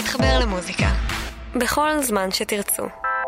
להתחבר למוזיקה בכל זמן שתרצו.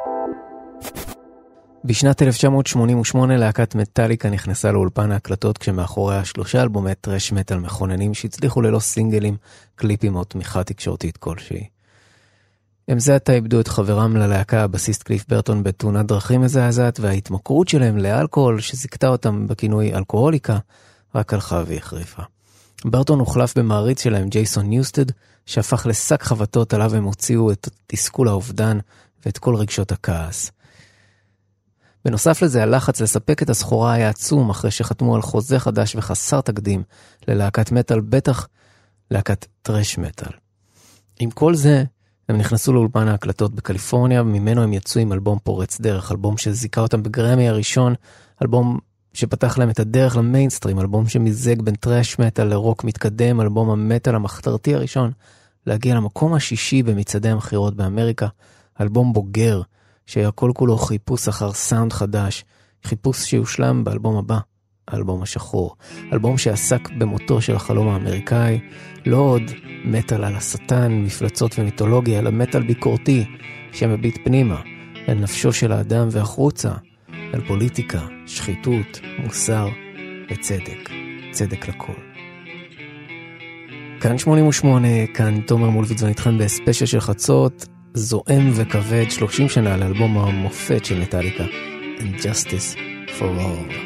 בשנת 1988 להקת מטאליקה נכנסה לאולפן ההקלטות כשמאחוריה 3 אלבומי טרש מטל מכוננים שהצליחו ללא סינגלים, קליפים או תמיכה תקשורתית כלשהי. הם זה עתה איבדו את חברם ללהקה, הבסיסט קליף ברטון, בתאונת דרכים מזעזעת, וההתמכרות שלהם לאלכוהול שזיקתה אותם בכינוי אלכוהוליקה רק הלכה והחריפה. ברטון הוחלף במעריץ שלהם ג'ייסון ניוסטד, שהפך לשק חבטות עליו הם הוציאו את תסכול האובדן ואת כל רגשות הכעס. בנוסף לזה, הלחץ לספק את הסחורה היה עצום אחרי שחתמו על חוזה חדש וחסר תקדים ללהקת מטל, בטח להקת טרש מטל. עם כל זה, הם נכנסו לאולפן ההקלטות בקליפורניה, ממנו הם יצאו עם אלבום פורץ דרך, אלבום שזיכה אותם בגרמי הראשון, אלבום שפתח להם את הדרך למיינסטרים, אלבום שמזג בין טרש מטל לרוק מתקדם, אלבום המטל המחתרתי הראשון, להגיע למקום השישי במצעדי המחירות באמריקה, אלבום בוגר, שהיה כל כולו חיפוש אחר סאונד חדש, חיפוש שיושלם באלבום הבא, האלבום השחור, אלבום שעסק במותו של החלום האמריקאי, לא עוד מטל על השטן, מפלצות ומיתולוגיה, אלא מטל ביקורתי, שמביט פנימה, אל נפשו של האדם והחוצה, אל פוליטיקה, שחיתות, מוסר וצדק, צדק לכל. כאן 88, כאן תומר מולביטזון איתכם בספיישל של חצות, זועם וכבד 30 שנה לאלבום המופת של מטאליקה, And Justice for All.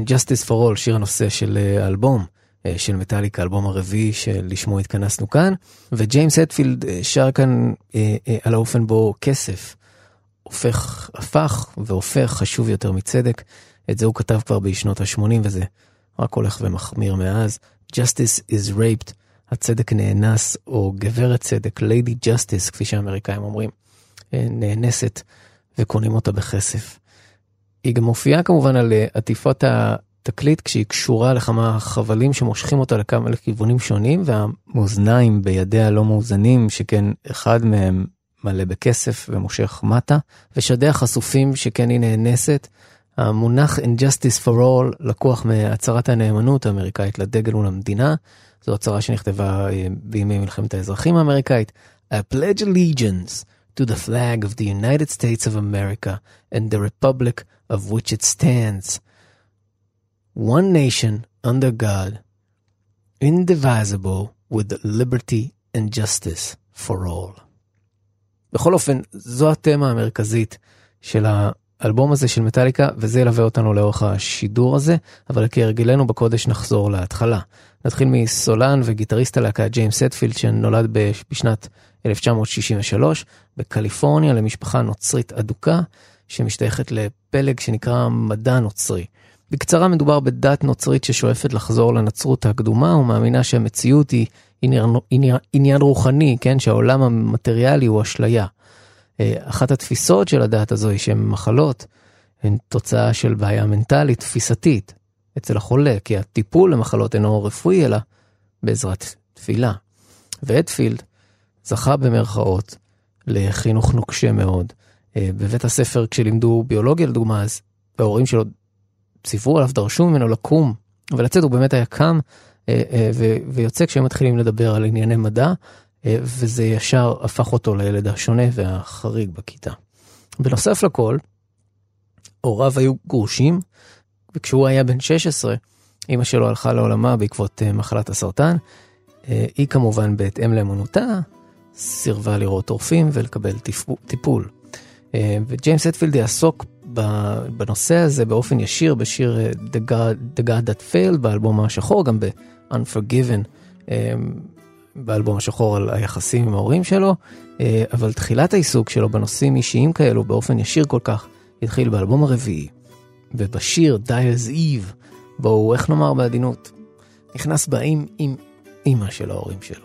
Justice for All, שיר הנושא של האלבום של מטאליקה, האלבום הרביעי שלשמו התכנסנו כאן, וג'יימס הטפילד שר כאן על האופן בו כסף הפך והופך חשוב יותר מצדק. את זה הוא כתב כבר בשנות ה-80 וזה רק הולך ומחמיר מאז. Justice is raped, הצדק נאנס, או גברת צדק, Lady Justice, כפי שהאמריקאים אומרים, נאנסת וקונים אותה בכסף. היא גם מופיעה כמובן על עטיפות התקליט כשהיא קשורה לכמה חבלים שמושכים אותה לכיוונים שונים, והמאזניים בידיה לא מאוזנים, שכן אחד מהם מלא בכסף ומושך מטה, ושדיה חשופים שכן היא נאנסת. המונח Injustice for All לקוח מהצהרת הנאמנות האמריקאית לדגל ולמדינה. זו הצהרה שנכתבה בימי מלחמת האזרחים האמריקאית. I pledge allegiance to the flag of the United States of America and the Republic of which it stands. One nation under God, indivisible with liberty and justice for all. בכל אופן, זו התמה המרכזית של האלבום הזה של מטאליקה, וזה ילווה אותנו לאורך השידור הזה, אבל כהרגלנו בקודש נחזור להתחלה. נתחיל מסולן וגיטריסט הלהקה ג'יימס הטפילד, שנולד בשנת 1963 בקליפורניה למשפחה נוצרית אדוקה, שמשתייכת לפלג שנקרא מדע נוצרי. בקצרה מדובר בדת נוצרית ששואפת לחזור לנצרות הקדומה, ומאמינה שהמציאות היא עניין רוחני, כן? שהעולם המטריאלי הוא אשליה. אחת התפיסות של הדת הזו היא שהן מחלות, הן תוצאה של בעיה מנטלית, תפיסתית, אצל החולה, כי הטיפול למחלות אינו רפואי, אלא בעזרת תפילה. והטפילד זכה במרכאות לחינוך נוקשה מאוד. בבית הספר כשלימדו ביולוגיה לדוגמה, אז ההורים שלו ציפרו עליו, דרשו ממנו לקום ולצאת, הוא באמת היה קם ויוצא כשהם מתחילים לדבר על ענייני מדע, וזה ישר הפך אותו לילד השונה והחריג בכיתה. בנוסף לכל, הוריו היו גרושים, וכשהוא היה בן 16, אמא שלו הלכה לעולמה בעקבות מחלת הסרטן. היא כמובן בהתאם לאמונתה, סירבה לראות רופאים ולקבל טיפול. וג'יימס הטפילד יעסוק בנושא הזה באופן ישיר בשיר The God That Failed באלבום השחור, גם ב-Unforgiven באלבום השחור על היחסים עם ההורים שלו, אבל תחילת העיסוק שלו בנושאים אישיים כאלו באופן ישיר כל כך התחיל באלבום הרביעי, ובשיר Dyer's Eve, בו הוא, איך נאמר בעדינות, נכנס באים עם אמא של ההורים שלו.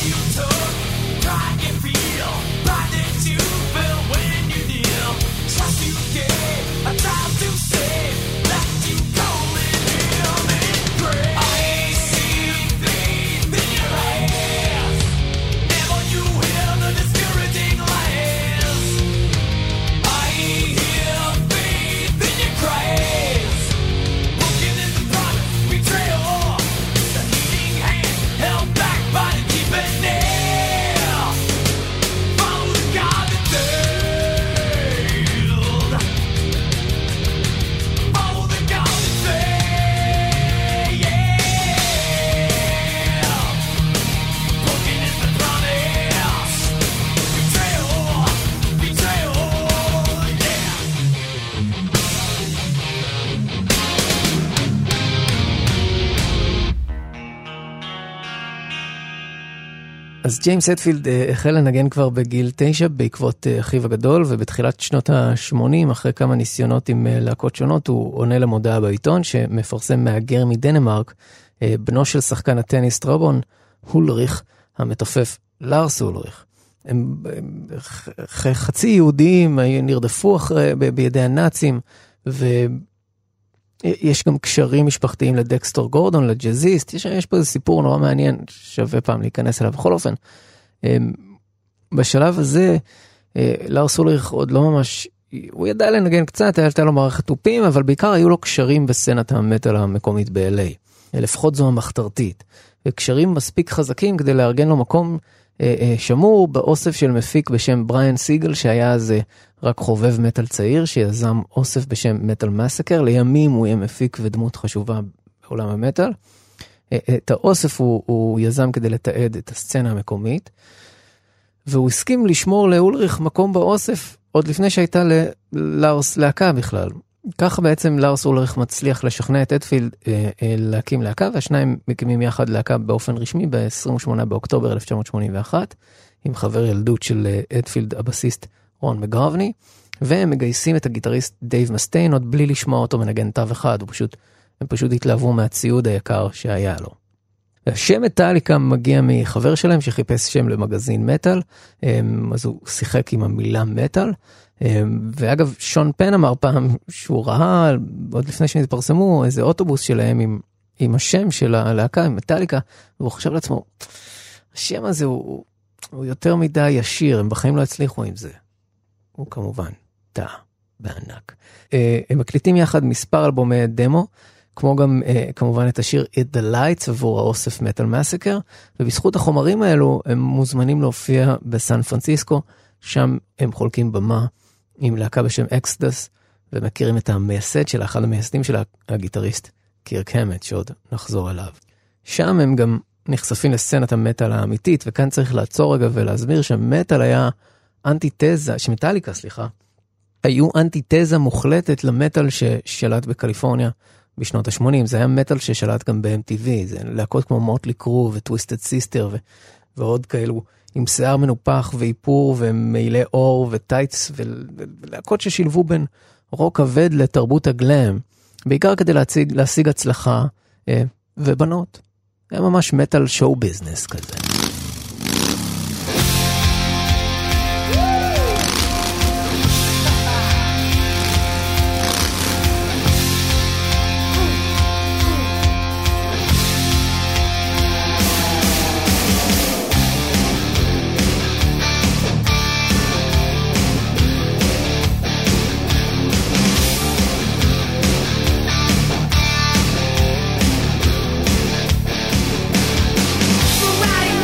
אז ג'יימס הטפילד החל לנגן כבר בגיל 9 בעקבות אחיו הגדול, ובתחילת שנות ה-80, אחרי כמה ניסיונות עם להקות שונות, הוא עונה למודעה בעיתון שמפרסם מהגר מדנמרק, בנו של שחקן הטניס טרובון, הולריך, המתופף לארס הולריך. הם חצי יהודים, נרדפו בידי הנאצים, ויש גם קשרים משפחתיים לדקסטור גורדון, לג'אזיסט, יש פה איזה סיפור נורא מעניין, שווה פעם להיכנס אליו. בכל אופן, בשלב הזה, לארס הולריך עוד לא ממש, הוא ידע לנגן קצת, הייתה לו מערכת טופים, אבל בעיקר היו לו קשרים בסצנת המטל המקומית ב-LA. לפחות זו המחתרתית. וקשרים מספיק חזקים כדי לארגן לו מקום שמור באוסף של מפיק בשם בריאן סיגל, שהיה אז רק חובב מטל צעיר, שיזם אוסף בשם מטל מסקר. לימים הוא יהיה מפיק ודמות חשובה בעולם המטל. את האוסף הוא יזם כדי לתעד את הסצנה המקומית, והוא הסכים לשמור להולריך מקום באוסף, עוד לפני שהייתה לארס להקה בכלל. ככה בעצם לארס הולריך מצליח לשכנע את הטפילד להקים להקה, והשניים מקימים יחד להקה באופן רשמי ב-28 באוקטובר 1981, עם חבר ילדות של הטפילד, הבסיסט רון מגרבני, והם מגייסים את הגיטריסט דייב מסטיין, עוד בלי לשמוע אותו מנגן תו אחד, הם פשוט התלהבו מהציוד היקר שהיה לו. השם מטאליקה מגיע מחבר שלהם שחיפש שם למגזין מטל, אז הוא שיחק עם המילה מטל, ואגב שון פן אמר פעם שהוא ראה, עוד לפני שנתפרסמו, איזה אוטובוס שלהם עם השם של הלהקה, עם מטאליקה, והוא חשב לעצמו, השם הזה הוא יותר מדי ישיר, הם בחיים לא הצליחו עם זה. הוא כמובן טעה בענק. הם מקליטים יחד מספר אלבומי דמו, כמו גם כמובן את השיר It the Lights עבור האוסף מטל מסקר, ובזכות החומרים האלו הם מוזמנים להופיע בסן פרנסיסקו, שם הם חולקים במה עם להקה בשם אקסדס, ומכירים את המייסד של אחד המייסדים של הגיטריסט, קירק המט, שעוד נחזור אליו. שם הם גם נחשפים לסצנת המטל האמיתית, וכאן צריך לעצור רגע ולהסביר שמטל היה אנטיתזה, שמטאליקה, היו אנטיתזה מוחלטת למטל ששלט בקליפורניה בשנות ה-80. זה היה מטל ששלט גם ב-MTV, זה להקות כמו מוטלי קרו וטוויסטד סיסטר ועוד כאלו, עם שיער מנופח ואיפור ומעילי אור וטייץ, ולהקות ששילבו בין רוק כבד לתרבות הגלם, בעיקר כדי להשיג הצלחה ובנות. היה ממש מטל שואו ביזנס כזה. Riding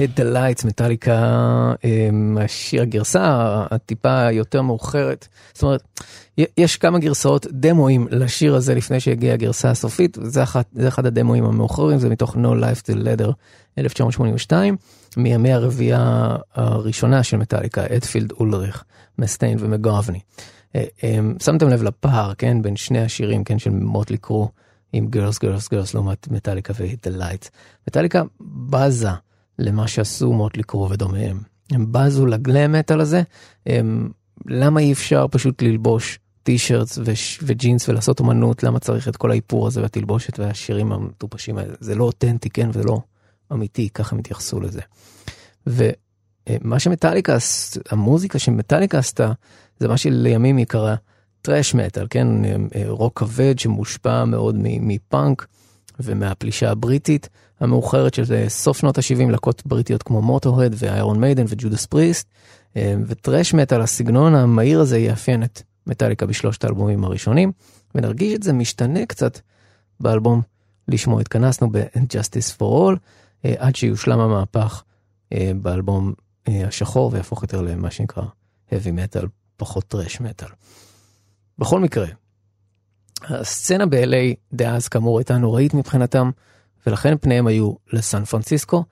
Hit the Lights, מטאליקה, השיר הגרסה, הטיפה יותר מאוחרת. זאת אומרת, יש כמה גרסאות דמואים לשיר הזה לפני שהגיעה הגרסה הסופית, זה אחד הדמואים המאוחרים, זה מתוך No Life Till Leather 1982, מימי הרביעייה הראשונה של מטאליקה, אדפילד, אולריך, מסטיין ומגובני. שמתם לב לפער, כן, בין שני השירים, כן, של מוטלי קרו, עם Girls, Girls, Girls, לעומת מטאליקה ו-Hit the Lights. מטאליקה בזה למה שעשו מוטלי קרו ודומיהם. הם בזו לגלם מטל הזה, למה אי אפשר פשוט ללבוש טישרטס וג'ינס ולעשות אומנות, למה צריך את כל האיפור הזה והתלבושת והשירים המטופשים האלה, זה לא אותנטי, כן, וזה לא אמיתי, ככה הם התייחסו לזה. ומה שמטאליקה, המוזיקה שמטאליקה עשתה, זה מה שלימים יקרה טרש מטל, כן, רוק כבד שמושפע מאוד מפאנק ומהפלישה הבריטית המאוחרת של סוף שנות ה-70, להקות בריטיות כמו מוטוהד ואיירון מיידן וג'ודס פריסט, וטרש מטל, הסגנון המהיר הזה יאפיין את מטאליקה בשלושת האלבומים הראשונים, ונרגיש את זה משתנה קצת באלבום לשמו. התכנסנו ב-Justice for All, עד שיושלם המהפך באלבום השחור, ויהפוך יותר למה שנקרא heavy metal, פחות טרש מטל. בכל מקרה, הסצנה ב-LA דאז כאמור הייתה נוראית מבחינתם, ולכן פניהם היו לסן פרנסיסקו,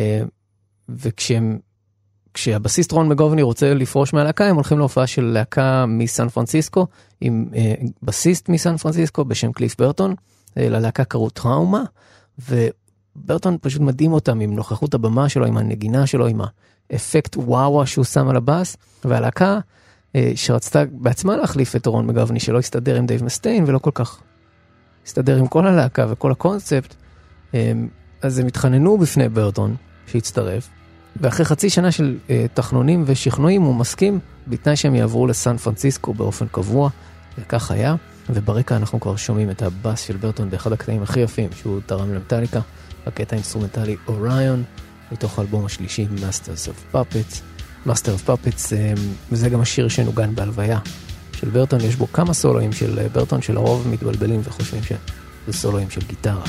וכשהבסיסט רון מגובני רוצה לפרוש מהלהקה, הם הולכים להופעה של להקה מסן פרנסיסקו, עם בסיסט מסן פרנסיסקו בשם קליף ברטון, ללהקה קראו טראומה, וברטון פשוט מדהים אותם עם נוכחות הבמה שלו, עם הנגינה שלו, עם האפקט וואווה שהוא שם על הבאס, והלהקה שרצתה בעצמה להחליף את רון מגובני, שלא הסתדר עם דייב מסטיין, ולא כל כך הסתדר עם כל הלהקה וכל הקונספט, אז הם התחננו בפני ברטון שהצטרף, ואחרי חצי שנה של תכנונים ושכנועים הוא מסכים בתנאי שהם יעברו לסן פרנסיסקו באופן קבוע, וכך היה, וברקע אנחנו כבר שומעים את הבאס של ברטון באחד הקטעים הכי יפים שהוא תרם למטאליקה, הקטע האינסטרומנטלי אוריון, מתוך האלבום השלישי Masters of Puppets. Master of Puppets, וזה גם השיר שנוגן בהלוויה של ברטון, יש בו כמה סולואים של ברטון שלרוב מתבלבלים וחושבים שזה סולואים של גיטרה.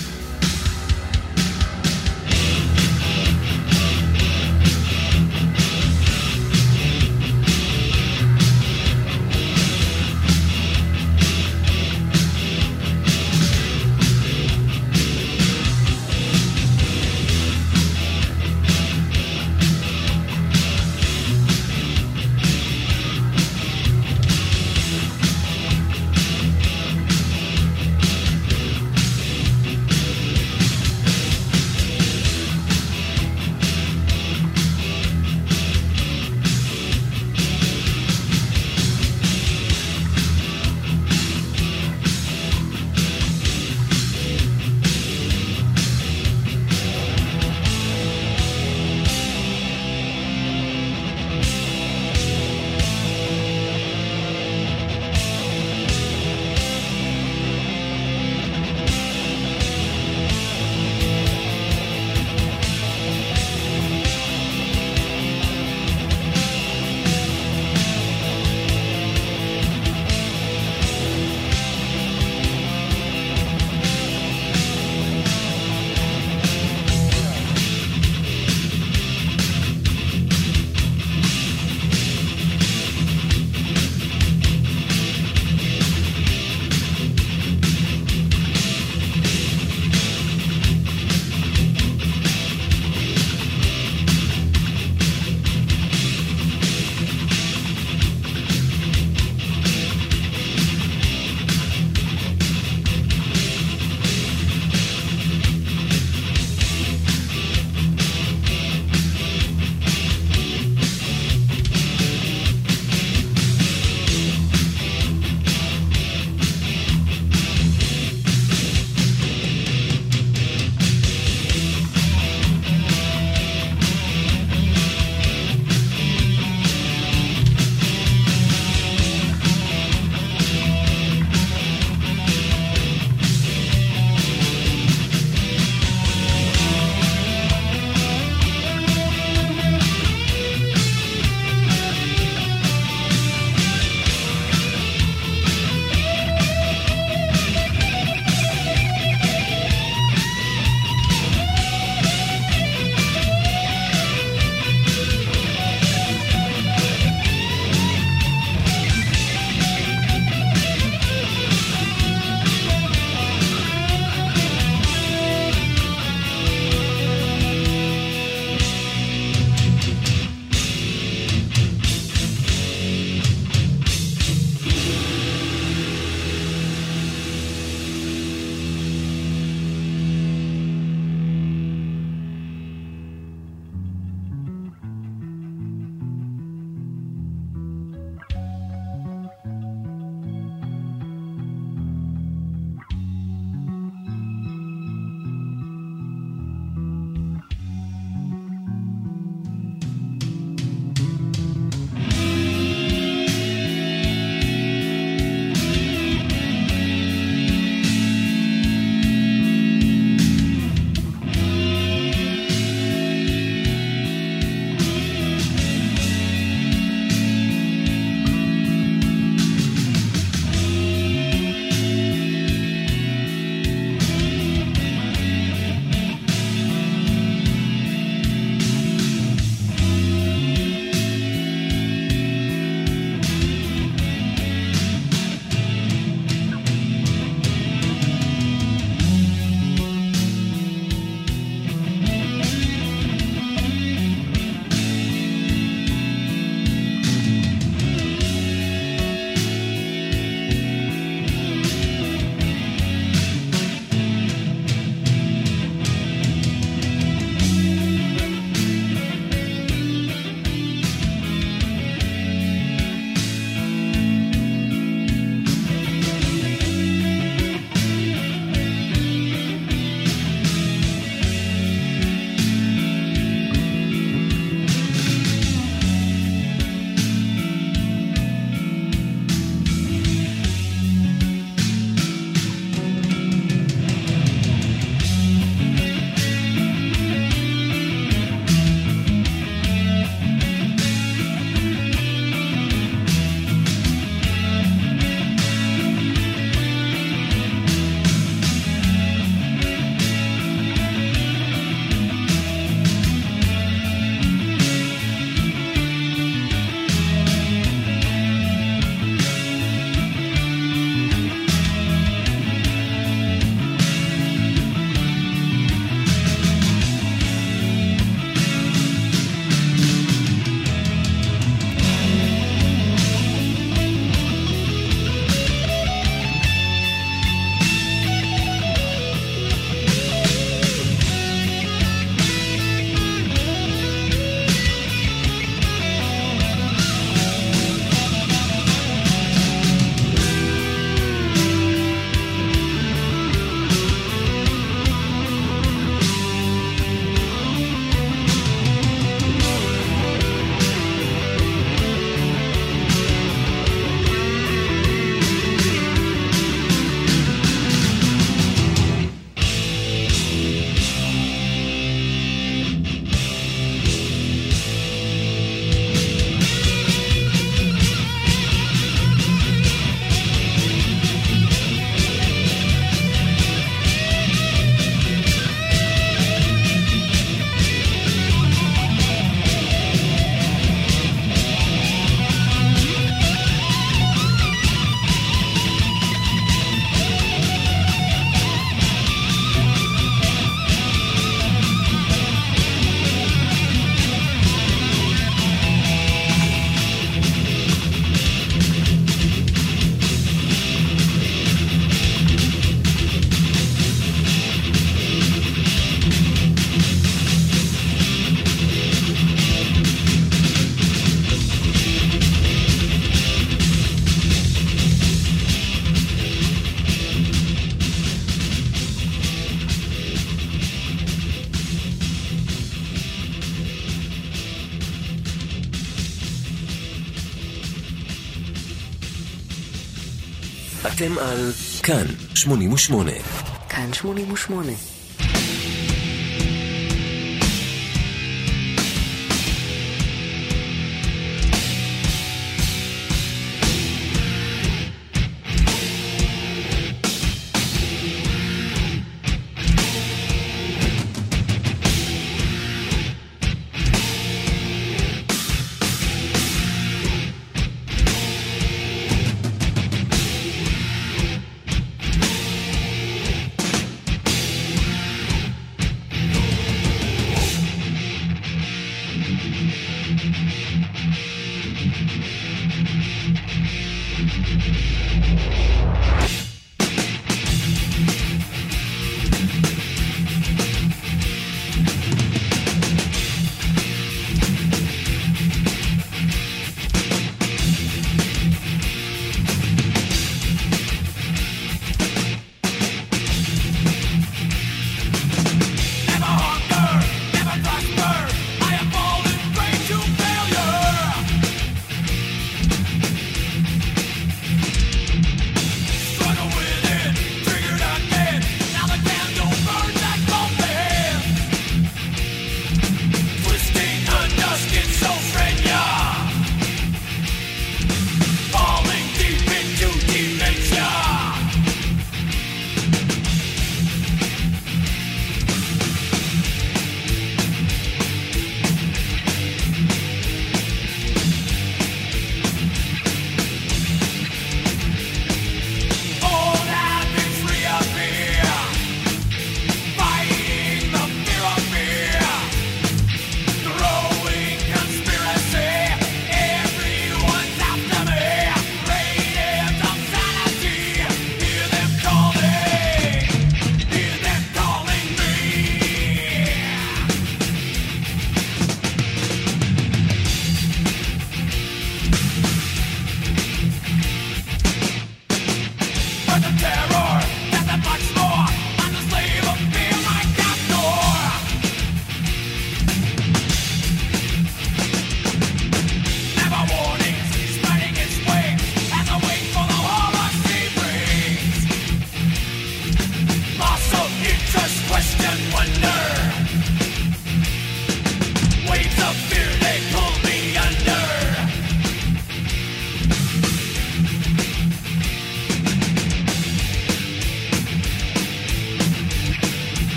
אתם על כאן 88. כאן 88.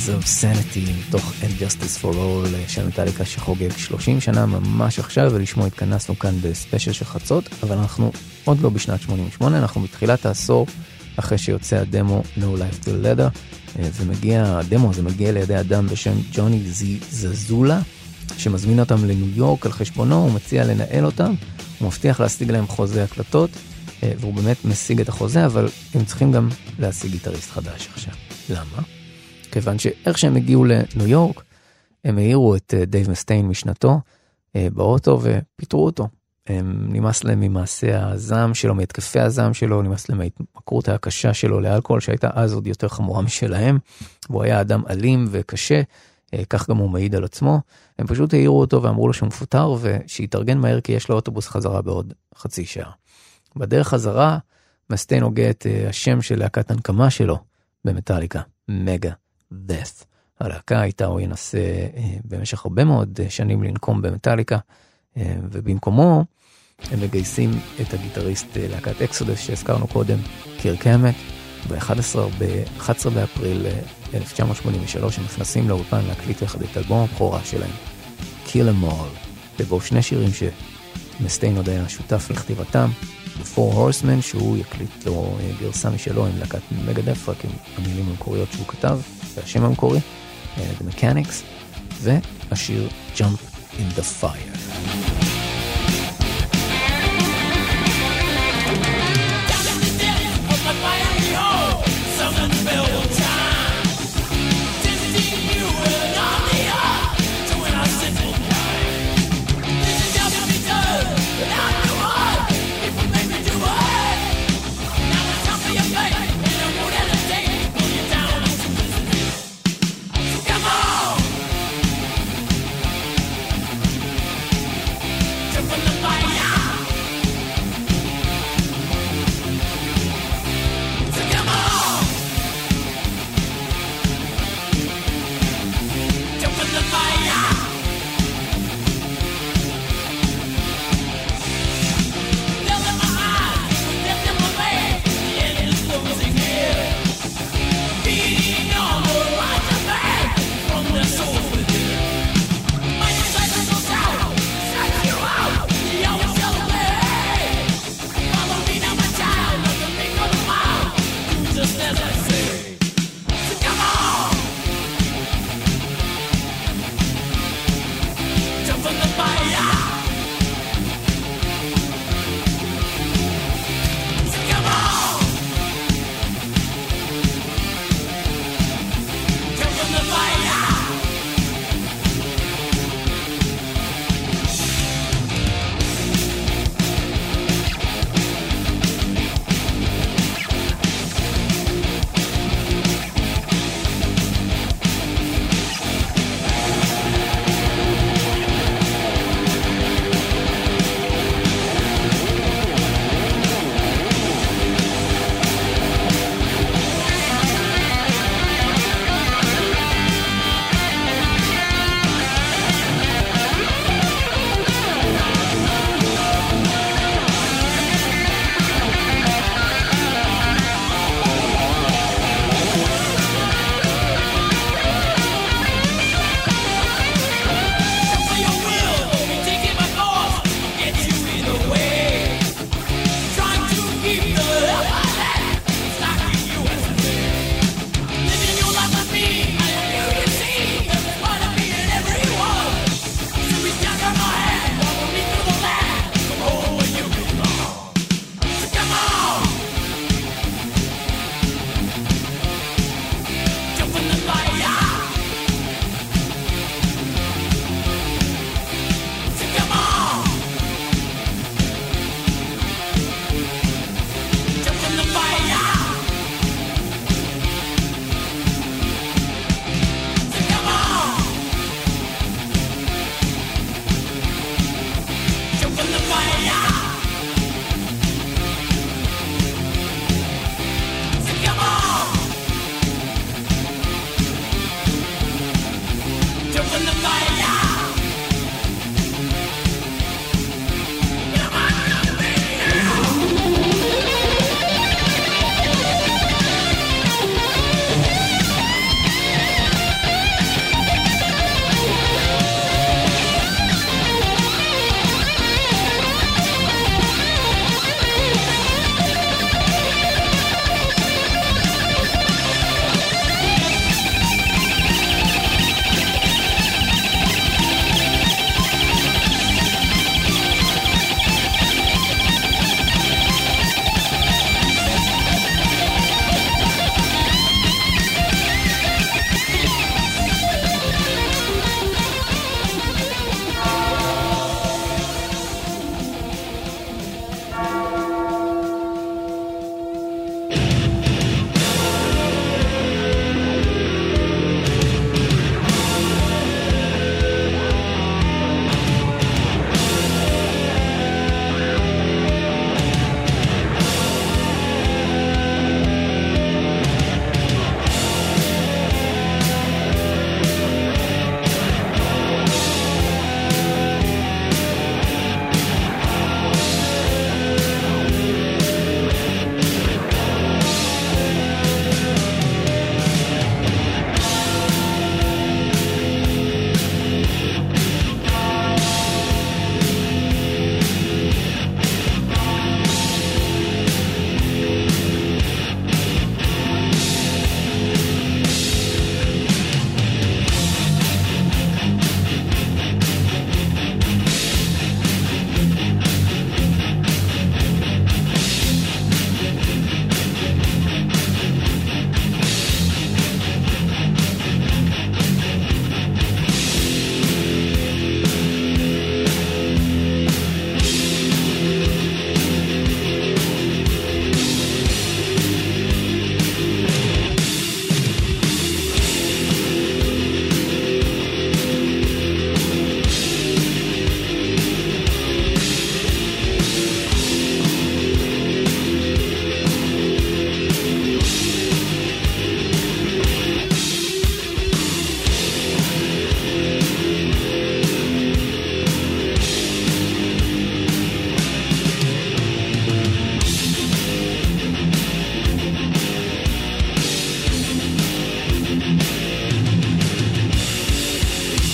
of Sanity מתוך And Justice for All של מטאליקה שחוגג 30 שנה ממש עכשיו, ולשמו התכנסנו כאן בספיישל של חצות, אבל אנחנו עוד לא בשנת 88, אנחנו בתחילת העשור אחרי שיוצא הדמו No Life Till Leather, הדמו הזה מגיע לידי אדם בשם ג'וני זזולה, שמזמין אותם לניו יורק על חשבונו, הוא מציע לנהל אותם, הוא מבטיח להשיג להם חוזה הקלטות, והוא באמת משיג את החוזה, אבל הם צריכים גם להשיג גיטריסט חדש עכשיו. למה? כיוון שאיך שהם הגיעו לניו יורק, הם העירו את דייב מסטיין משנתו באוטו ופיטרו אותו. נמאס להם ממעשה הזעם שלו, מהתקפי הזעם שלו, נמאס להם מההתמכרות הקשה שלו לאלכוהול, שהייתה אז עוד יותר חמורה משלהם, והוא היה אדם אלים וקשה, כך גם הוא מעיד על עצמו. הם פשוט העירו אותו ואמרו לו שהוא מפוטר, ושיתארגן מהר כי יש לו אוטובוס חזרה בעוד חצי שעה. בדרך חזרה, מסטיין הוגה את השם של להקת הנקמה שלו במטאליקה, מגה דף. הלהקה הייתה הוא ינסה במשך הרבה מאוד שנים לנקום במטאליקה, ובמקומו הם מגייסים את הגיטריסט להקת אקסודוס שהזכרנו קודם, קירק האמט, ב-11 באפריל 1983 הם נכנסים לאולפן להקליט יחד את אלבום הבכורה שלהם, Kill 'Em All, ובו שני שירים שמסטיין עוד היה שותף לכתיבתם, The Four Horsemen, שהוא יקליט לו גרסה משלו עם להקת מגדף, רק עם המילים המקוריות שהוא כתב, והשם המקורי, The Mechanics, והשיר Jump in the Fire.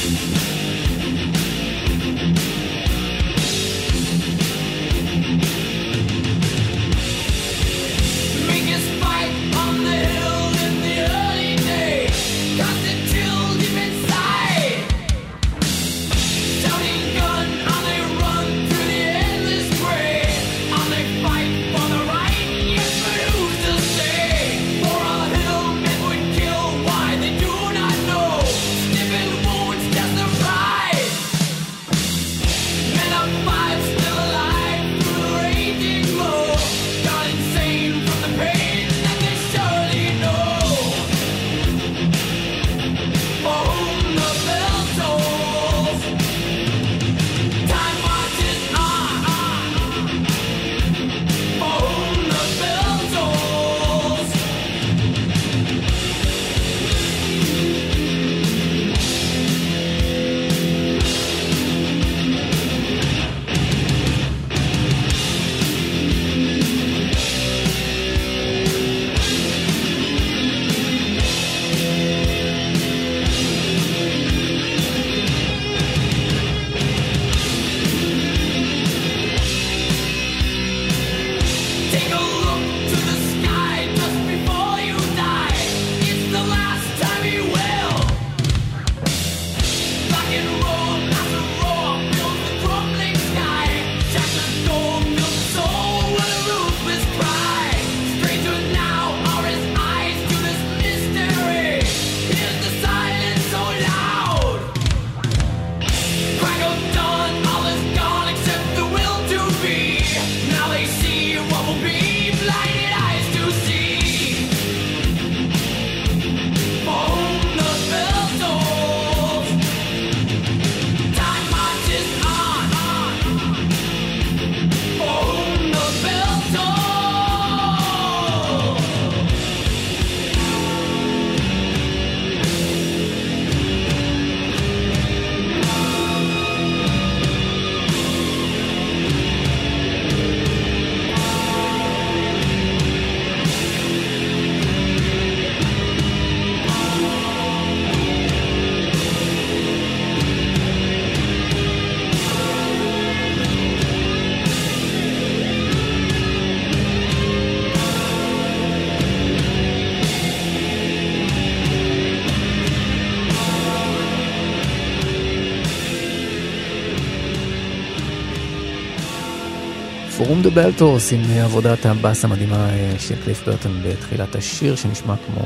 פורום דה בלטורס עם עבודת הבאס המדהימה של קליף ברטון בתחילת השיר, שנשמע כמו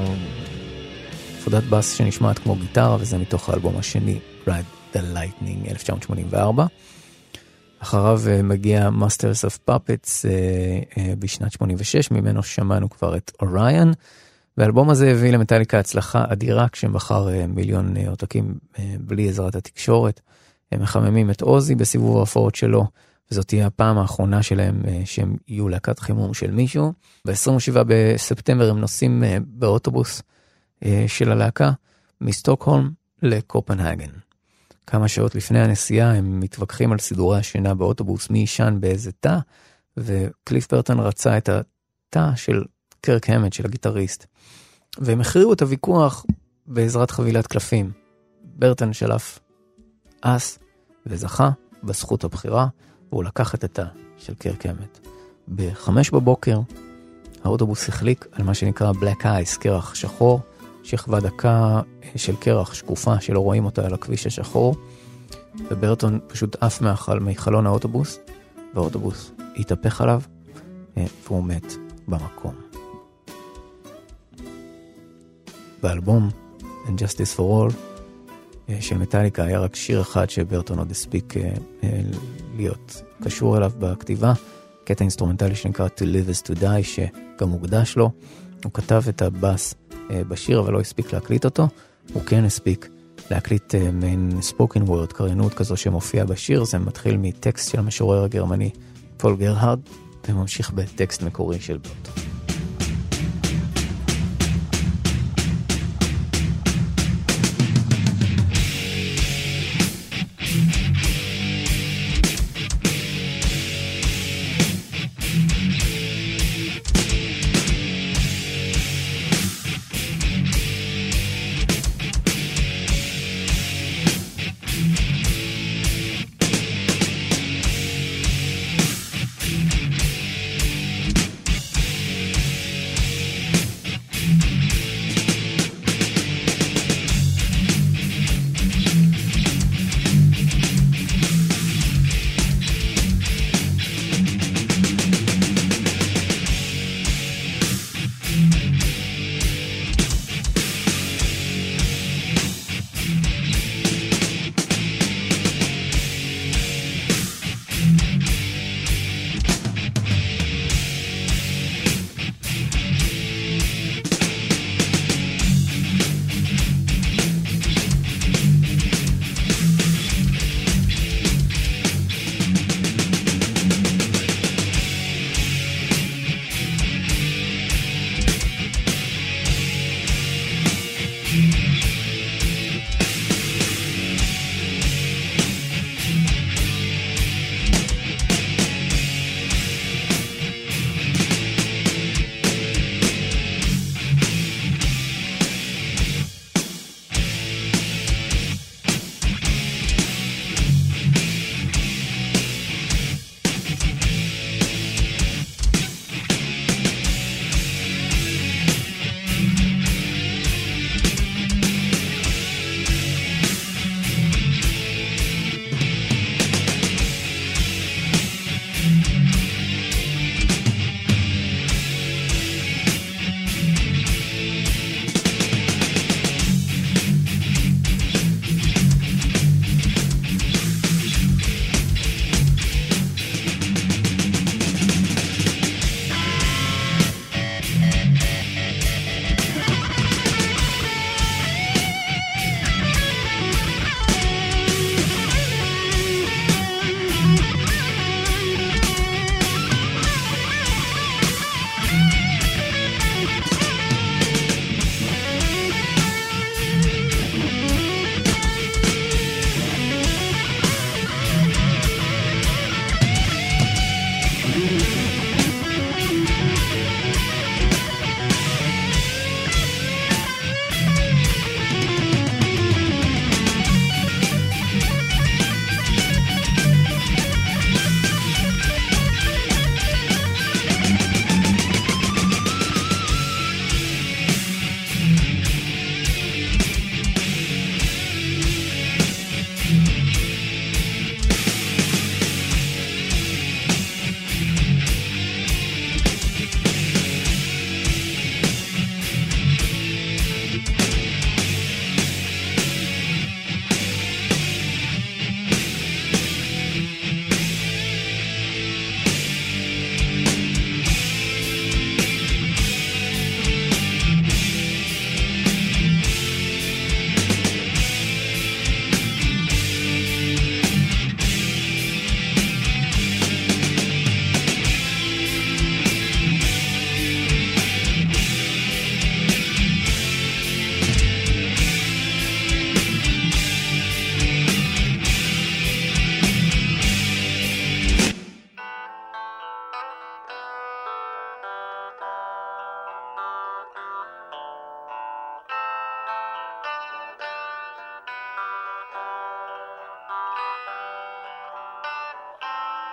עבודת באס שנשמעת כמו גיטרה, וזה מתוך האלבום השני Ride the Lightning 1984. אחריו מגיע Masters of Puppets בשנת 86, ממנו שמענו כבר את אוריון, והאלבום הזה הביא למטאליקה הצלחה אדירה כשמחר מיליון עותקים בלי עזרת התקשורת. הם מחממים את אוזי בסיבוב ההופעות שלו, וזאת תהיה הפעם האחרונה שלהם שהם יהיו להקת חימום של מישהו. ב-27 בספטמבר הם נוסעים באוטובוס של הלהקה מסטוקהולם לקופנהגן. כמה שעות לפני הנסיעה הם מתווכחים על סידורי השינה באוטובוס, מי ישן באיזה תא, וקליף ברטון רצה את התא של קרק המד, של הגיטריסט. והם הכריעו את הוויכוח בעזרת חבילת קלפים. ברטון שלף אס וזכה בזכות הבחירה, והוא לקח את התא של קרק המד. ב-5 בבוקר האוטובוס החליק על מה שנקרא Black Ice, קרח שחור, שכבה דקה של קרח שקופה שלא רואים אותה על הכביש השחור, וברטון פשוט עף מחלון האוטובוס, והאוטובוס התהפך עליו, והוא מת במקום. באלבום Injustice for All של מטאליקה היה רק שיר אחד שברטון עוד הספיק להיות קשור אליו בכתיבה, קטע אינסטרומנטלי שנקרא To Live is to Die, שגם הוקדש לו. הוא כתב את הבאס בשיר אבל לא הספיק להקליט אותו. הוא כן הספיק להקליט מעין ספוקן וורד, קריינות כזו שמופיע בשיר. זה מתחיל מטקסט של המשורר הגרמני פול גרהרד וממשיך בטקסט מקורי של ברטון.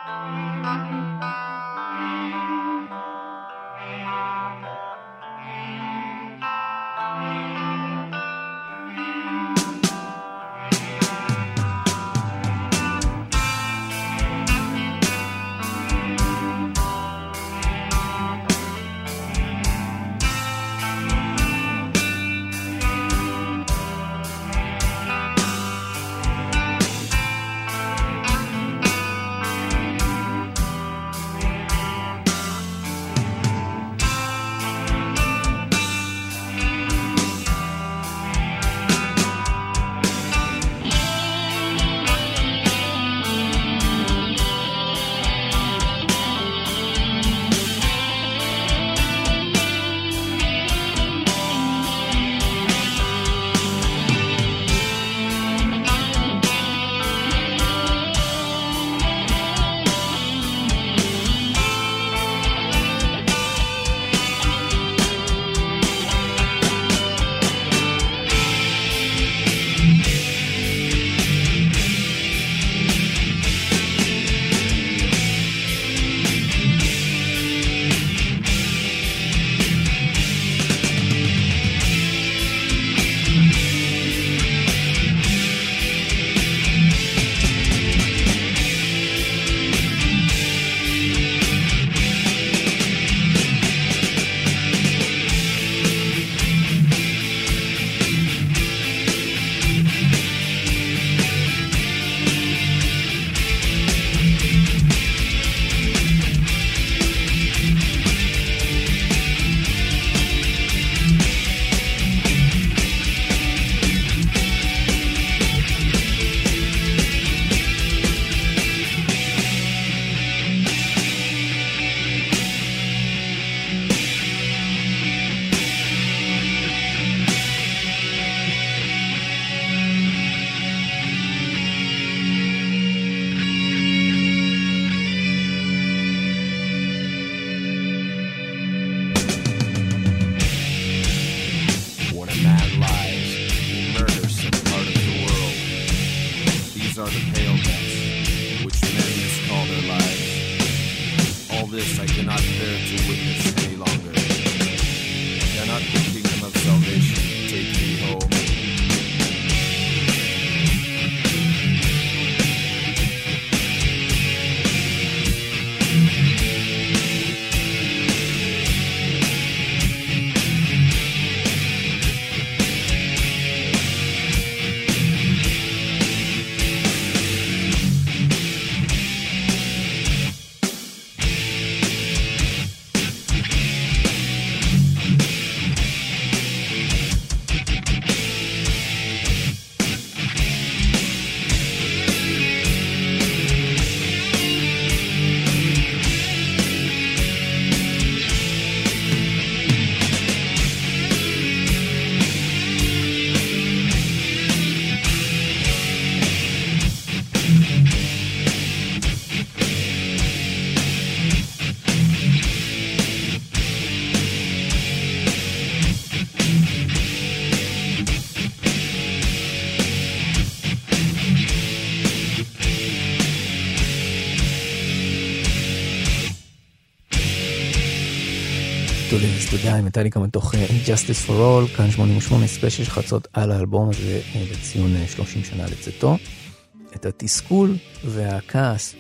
תודה, עם מטאליקה מתוך Justice for All, כאן 88 ספיישל שחצות על האלבום הזה לציון 30 שנה לצאתו. את התסכול והכעס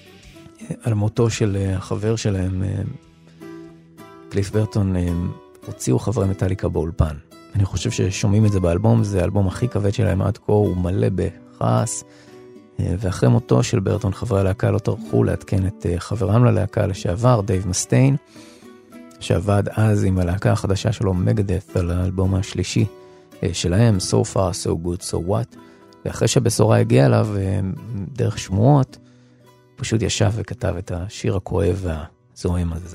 על מותו של החבר שלהם, קליף ברטון, הוציאו חברי מטאליקה באולפן. אני חושב ששומעים את זה באלבום, זה האלבום הכי כבד שלהם עד כה, הוא מלא בכעס, ואחרי מותו של ברטון חברי הלהקה לא טרחו לעדכן את חברם ללהקה לשעבר, דייב מסטיין, שעבד אז עם הלהקה החדשה שלו, מגדeth, על האלבום השלישי שלהם, So Far, So Good, So What. ואחרי שהבשורה הגיעה אליו, דרך שמועות, פשוט ישב וכתב את השיר הכואב והזוהם הזה.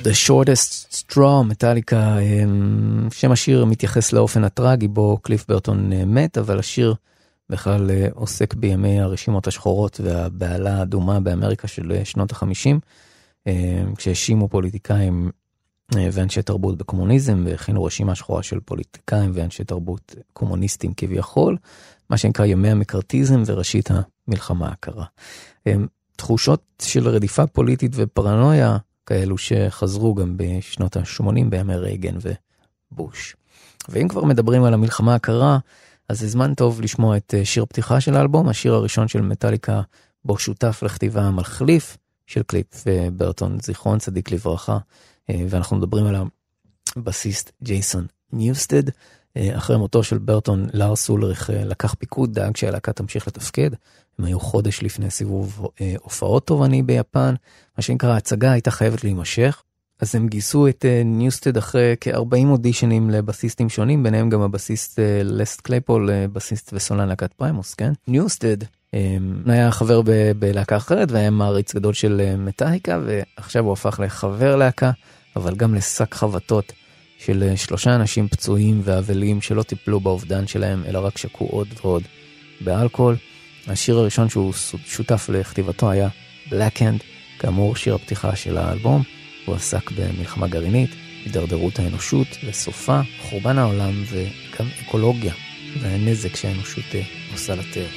The Shortest Straw, מטאליקה, שם השיר מתייחס לאופן הטרגי בו קליף ברטון מת, אבל השיר בכלל עוסק בימי הרשימות השחורות והבעלה האדומה באמריקה של שנות ה-50, כשהאשימו פוליטיקאים ואנשי תרבות בקומוניזם, והכינו רשימה שחורה של פוליטיקאים ואנשי תרבות קומוניסטים כביכול, מה שנקרא ימי המקרטיזם וראשית המלחמה הקרה. תחושות של רדיפה פוליטית ופרנויה, כאלו שחזרו גם בשנות ה-80 בימי רייגן ובוש. ואם כבר מדברים על המלחמה הקרה, אז זה זמן טוב לשמוע את שיר פתיחה של האלבום, השיר הראשון של מטאליקה, בו שותף לכתיבה המחליף של קליף ברטון, זיכרון צדיק לברכה, ואנחנו מדברים על הבסיסט ג'ייסון ניוסטד. אחרי מותו של ברטון, לארס אולריך לקח פיקוד, דאג שהלהקה תמשיך לתפקד. הם היו חודש לפני סיבוב הופעות תובעני ביפן, מה שנקרא ההצגה הייתה חייבת להימשך, אז הם גייסו את ניוסטד אחרי כ-40 אודישנים לבסיסטים שונים, ביניהם גם הבסיסט לסט קלייפול, בסיסט וסולן להקת פריימוס, כן? ניוסטד היה חבר בלהקה אחרת, והיה מעריץ גדול של מטאליקה, ועכשיו הוא הפך לחבר להקה, אבל גם לשק חבטות של 3 אנשים פצועים ואבלים שלא טיפלו באובדן שלהם, אלא רק שקעו עוד ועוד באלכוהול. השיר הראשון שהוא שותף לכתיבתו היה Black Hand, כאמור שיר הפתיחה של האלבום. הוא עסק במלחמה גרעינית, הידרדרות האנושות וסופה, חורבן העולם וגם אקולוגיה והנזק שהאנושות עושה לטבע.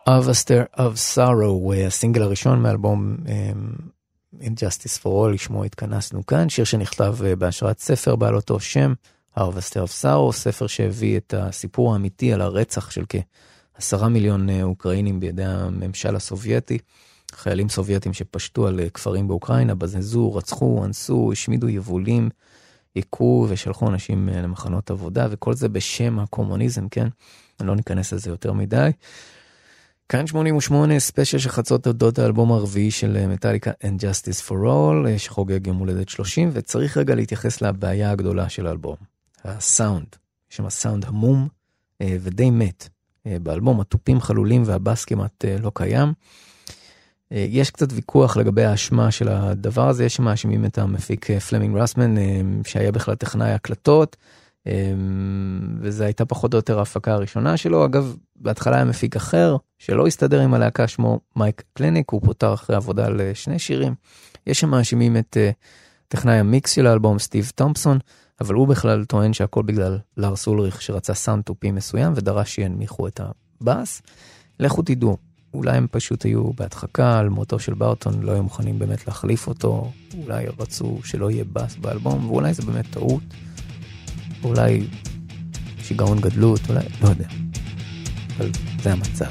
Harvester of Sorrow, הסינגל הראשון מאלבום Injustice for All, לשמו התכנסנו כאן, שיר שנכתב בהשראת ספר בעל אותו שם, Harvester of Sorrow, ספר שהביא את הסיפור האמיתי על הרצח של כ10 מיליון אוקראינים בידי הממשל הסובייטי, חיילים סובייטים שפשטו על כפרים באוקראינה, בזזו, רצחו, אנסו, השמידו יבולים, יקרו ושלחו אנשים למחנות עבודה, וכל זה בשם הקומוניזם, כן? אני לא ניכנס לזה יותר מדי. כאן 88, ספיישל שחצות הודות האלבום הרביעי של מטאליקה And Justice for All, שחוגג יום הולדת 30, וצריך רגע להתייחס לבעיה הגדולה של האלבום. הסאונד, יש שם הסאונד המום ודי מת. באלבום הטופים חלולים והבאס כמעט לא קיים. יש קצת ויכוח לגבי האשמה של הדבר הזה, יש שמאשימים את המפיק פלמינג רסמן, שהיה בכלל טכנאי הקלטות, וזה הייתה פחות או יותר ההפקה הראשונה שלו. אגב, בהתחלה היה מפיק אחר, שלא הסתדר עם הלהקה, שמו מייק קלניק, הוא פותר אחרי עבודה על 2 שירים. יש שמאשימים את טכנאי המיקס של האלבום, סטיב תומפסון, אבל הוא בכלל טוען שהכל בגלל לארס אולריך, שרצה סאונד טופים מסוים, ודרש שינמיכו את הבאס. לכו תדעו. אולי הם פשוט היו בהדחקה על מותו של בארטון, לא היו מוכנים באמת להחליף אותו, אולי רצו שלא יהיה בס באלבום, ואולי זה באמת טעות, אולי שיגעון גדלות, אולי, לא יודע. אבל זה המצב.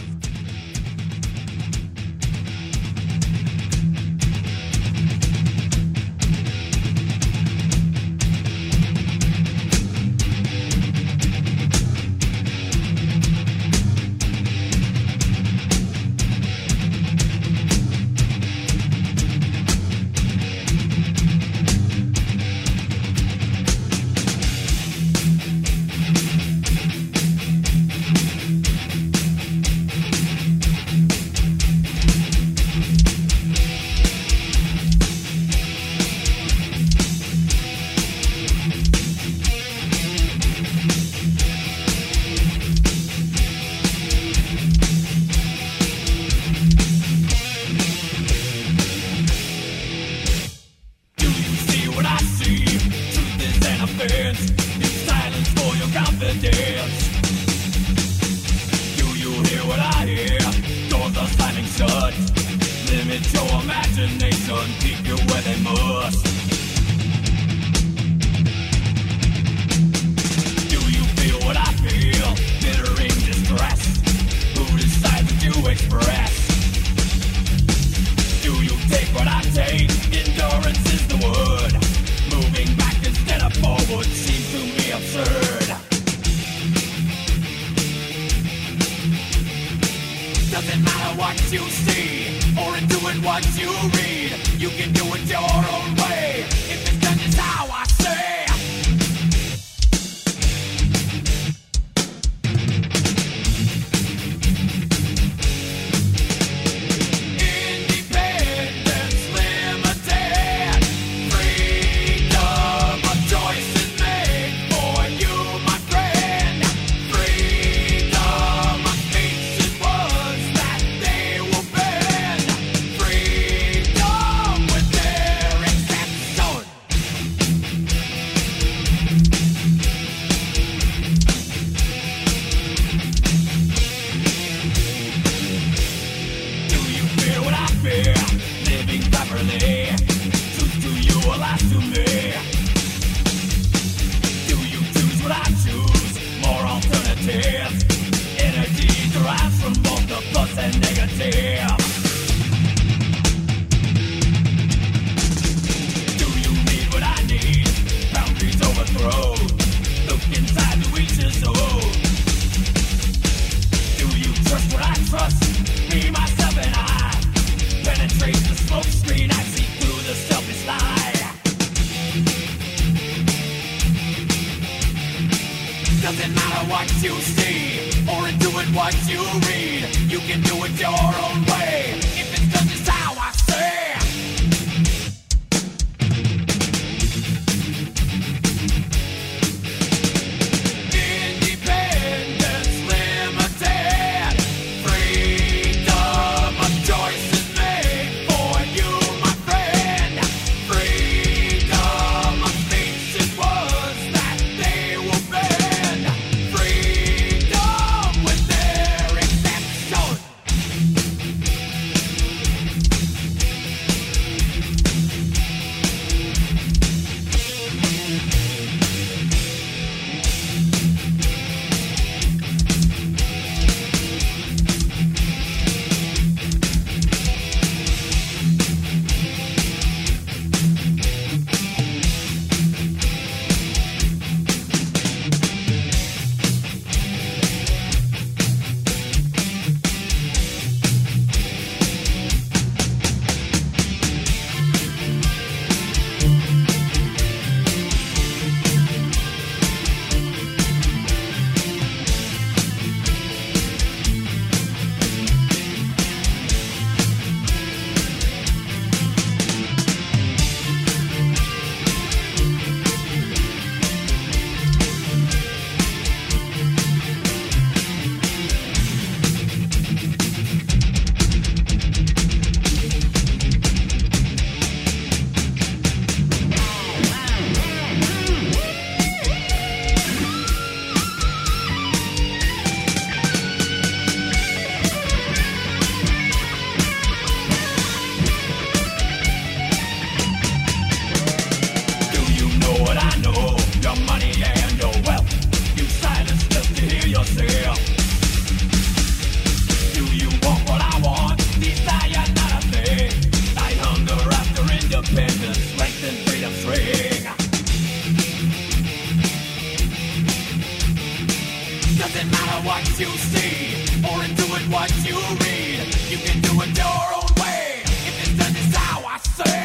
what you read. You can do it your own way. If it's done, it's how I say.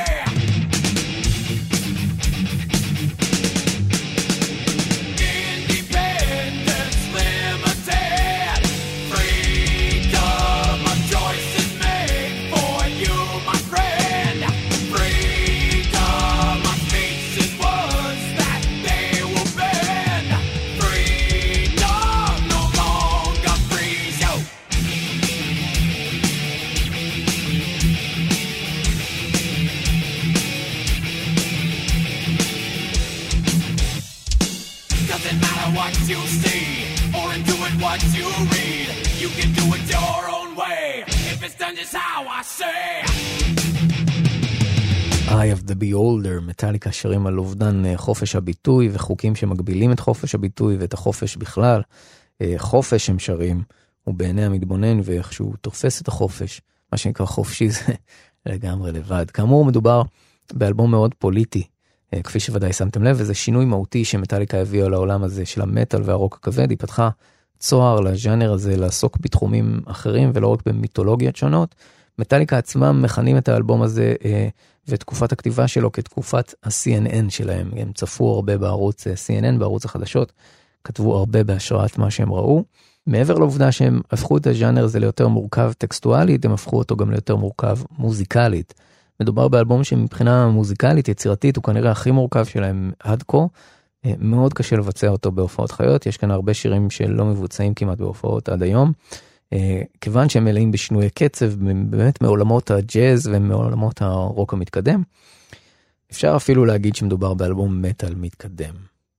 Independence limited. Freedom of choice is made for you, my friend. Freedom of speech is words that they will bend. Freedom no longer frees you. Doesn't matter what you see, or do it what you read. You can do it your own way, if it's done just how I say. Eye of the Beholder, מטאליקה שרים על אובדן חופש הביטוי וחוקים שמגבילים את חופש הביטוי ואת החופש בכלל. חופש שהם שרים הוא בעיני המתבונן ואיך שהוא תופס את החופש, מה שנקרא חופשי זה לגמרי לבד. כאמור מדובר באלבום מאוד פוליטי, כפי שוודאי שמתם לב, וזה שינוי מהותי שמטאליקה הביאה לעולם הזה של המטל והרוק הכבד. היא פתחה צוהר לז'אנר הזה לעסוק בתחומים אחרים ולא רק במיתולוגיות שונות. מטאליקה עצמם מכנים את האלבום הזה ותקופת הכתיבה שלו כתקופת ה-CNN שלהם. הם צפו הרבה בערוץ CNN, בערוץ החדשות, כתבו הרבה בהשראת מה שהם ראו. מעבר לעובדה שהם הפכו את הז'אנר הזה ליותר מורכב טקסטואלית, הם הפכו אותו גם ליותר מורכב מוזיקלית. מדובר באלבום שמבחינה מוזיקלית, יצירתית, הוא כנראה הכי מורכב שלהם עד כה. מאוד קשה לבצע אותו בהופעות חיות, יש כאן הרבה שירים שלא מבוצעים כמעט בהופעות עד היום. כיוון שהם מלאים בשינוי קצב, באמת מעולמות הג'אז ומעולמות הרוק המתקדם, אפשר אפילו להגיד שמדובר באלבום מטל מתקדם.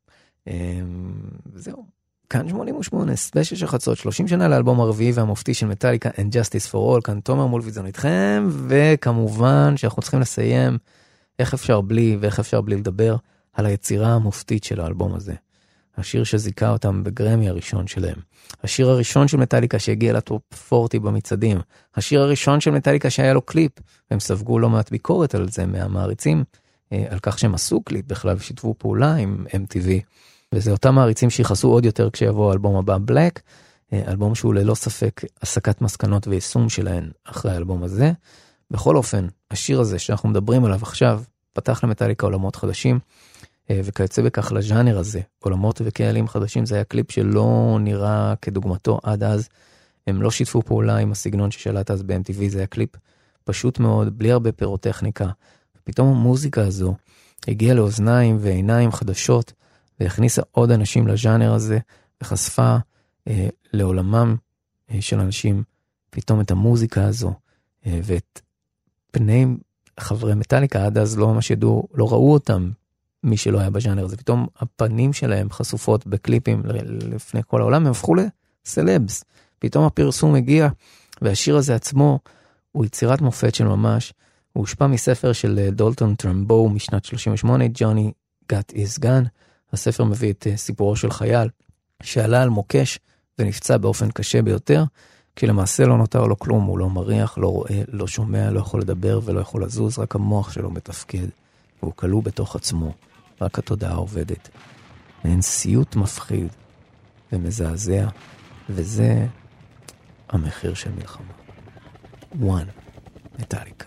זהו, כאן 88, ספיישל של חצות, 30 שנה לאלבום הרביעי והמופתי של מטאליקה, And Justice for All, כאן תומר מולביזון איתכם, וכמובן שאנחנו צריכים לסיים איך אפשר בלי ואיך אפשר בלי לדבר על היצירה המופתית של האלבום הזה. השיר שזיכה אותם בגרמי הראשון שלהם. השיר הראשון של מטאליקה שהגיע לטופ 40 במצעדים. השיר הראשון של מטאליקה שהיה לו קליפ. והם ספגו לא מעט ביקורת על זה מהמעריצים, על כך שהם עשו קליפ בכלל ושיתפו פעולה עם MTV. וזה אותם מעריצים שיחסו עוד יותר כשיבוא האלבום הבא, בלק. אלבום שהוא ללא ספק הסקת מסקנות ויישום שלהן אחרי האלבום הזה. בכל אופן, השיר הזה שאנחנו מדברים עליו עכשיו, פתח למטאליקה עולמות חדשים. וכיוצא בכך לז'אנר הזה, עולמות וקהלים חדשים, זה היה קליפ שלא נראה כדוגמתו עד אז, הם לא שיתפו פעולה עם הסגנון ששלט אז ב-MTV, זה היה קליפ פשוט מאוד, בלי הרבה פירוטכניקה, ופתאום המוזיקה הזו הגיעה לאוזניים ועיניים חדשות, והכניסה עוד אנשים לז'אנר הזה, וחשפה לעולמם של אנשים, פתאום את המוזיקה הזו, ואת פני חברי מטאליקה, עד אז לא ממש ידעו, לא ראו אותם, מי שלא היה בז'אנר הזה, פתאום הפנים שלהם חשופות בקליפים לפני כל העולם, הם הפכו לסלבס. פתאום הפרסום הגיע, והשיר הזה עצמו הוא יצירת מופת של ממש, הוא הושפע מספר של דולטון טרמבו משנת 38, ג'וני got his gun. הספר מביא את סיפורו של חייל שעלה על מוקש ונפצע באופן קשה ביותר, כי למעשה לא נותר לו כלום, הוא לא מריח, לא רואה, לא שומע, לא יכול לדבר ולא יכול לזוז, רק המוח שלו מתפקד, והוא כלוא בתוך עצמו. רק התודעה עובדת. אין סיוט מפחיד ומזעזע, וזה המחיר של מלחמה. One, מטאליקה.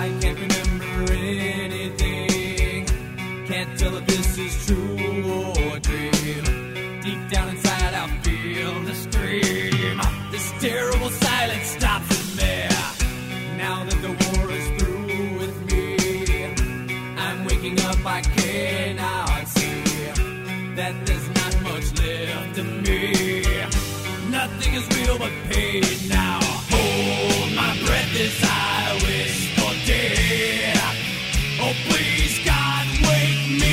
can't remember anything. Can't tell if this is true or a dream. Deep down inside I feel the scream. This terrible silence stops in there. Now that the war is through with me, I'm waking up, I cannot see that there's not much left of me. Nothing is real but pain now. Hold my breath as I wish for death. Oh please God, wake me.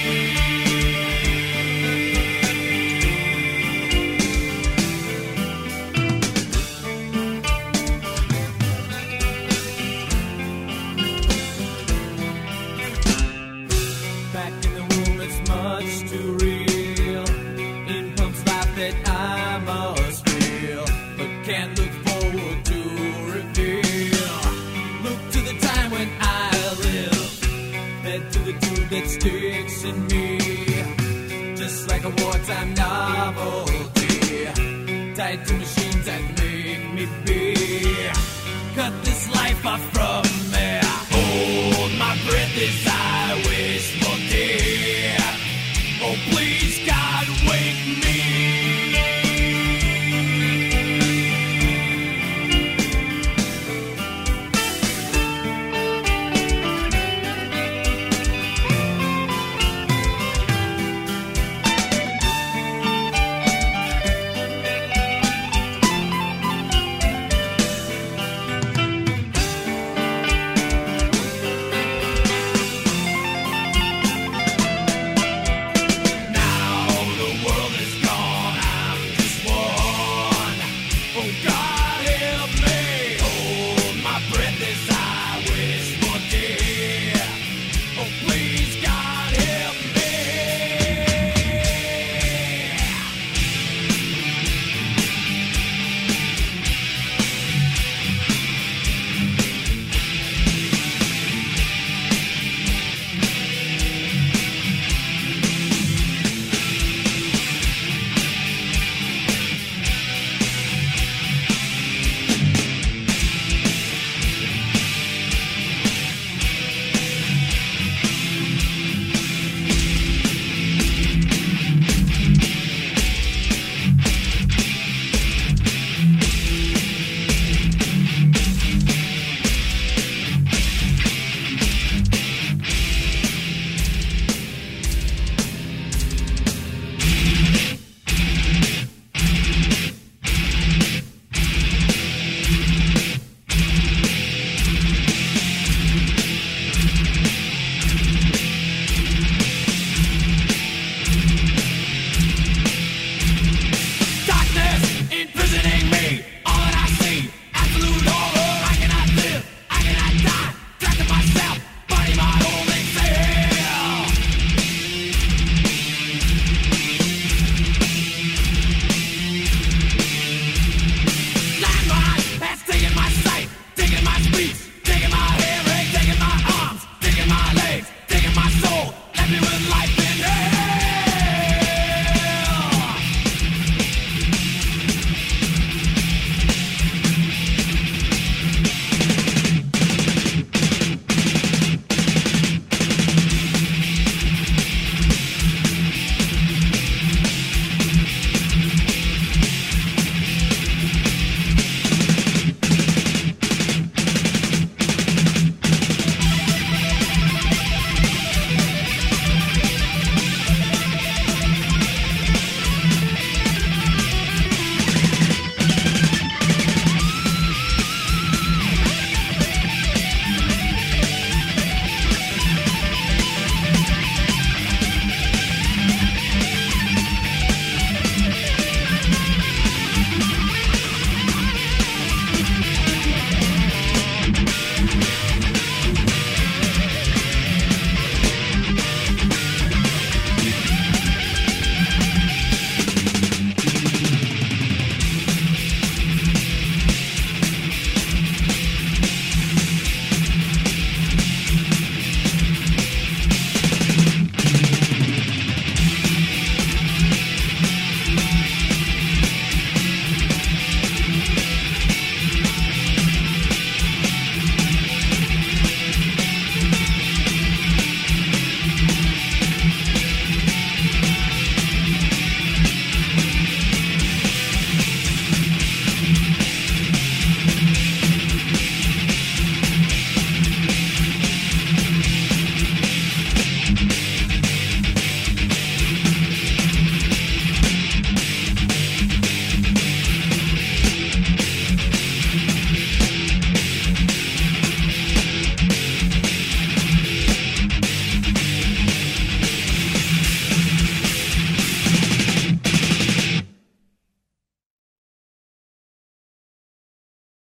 Back in the womb it's much too real. In pumps life that I must feel, but can't look forward to reveal. Look to the time when I live, fed to the tube that sticks in me, just like a wartime novelty, tied to machines that make me be. Cut this life off from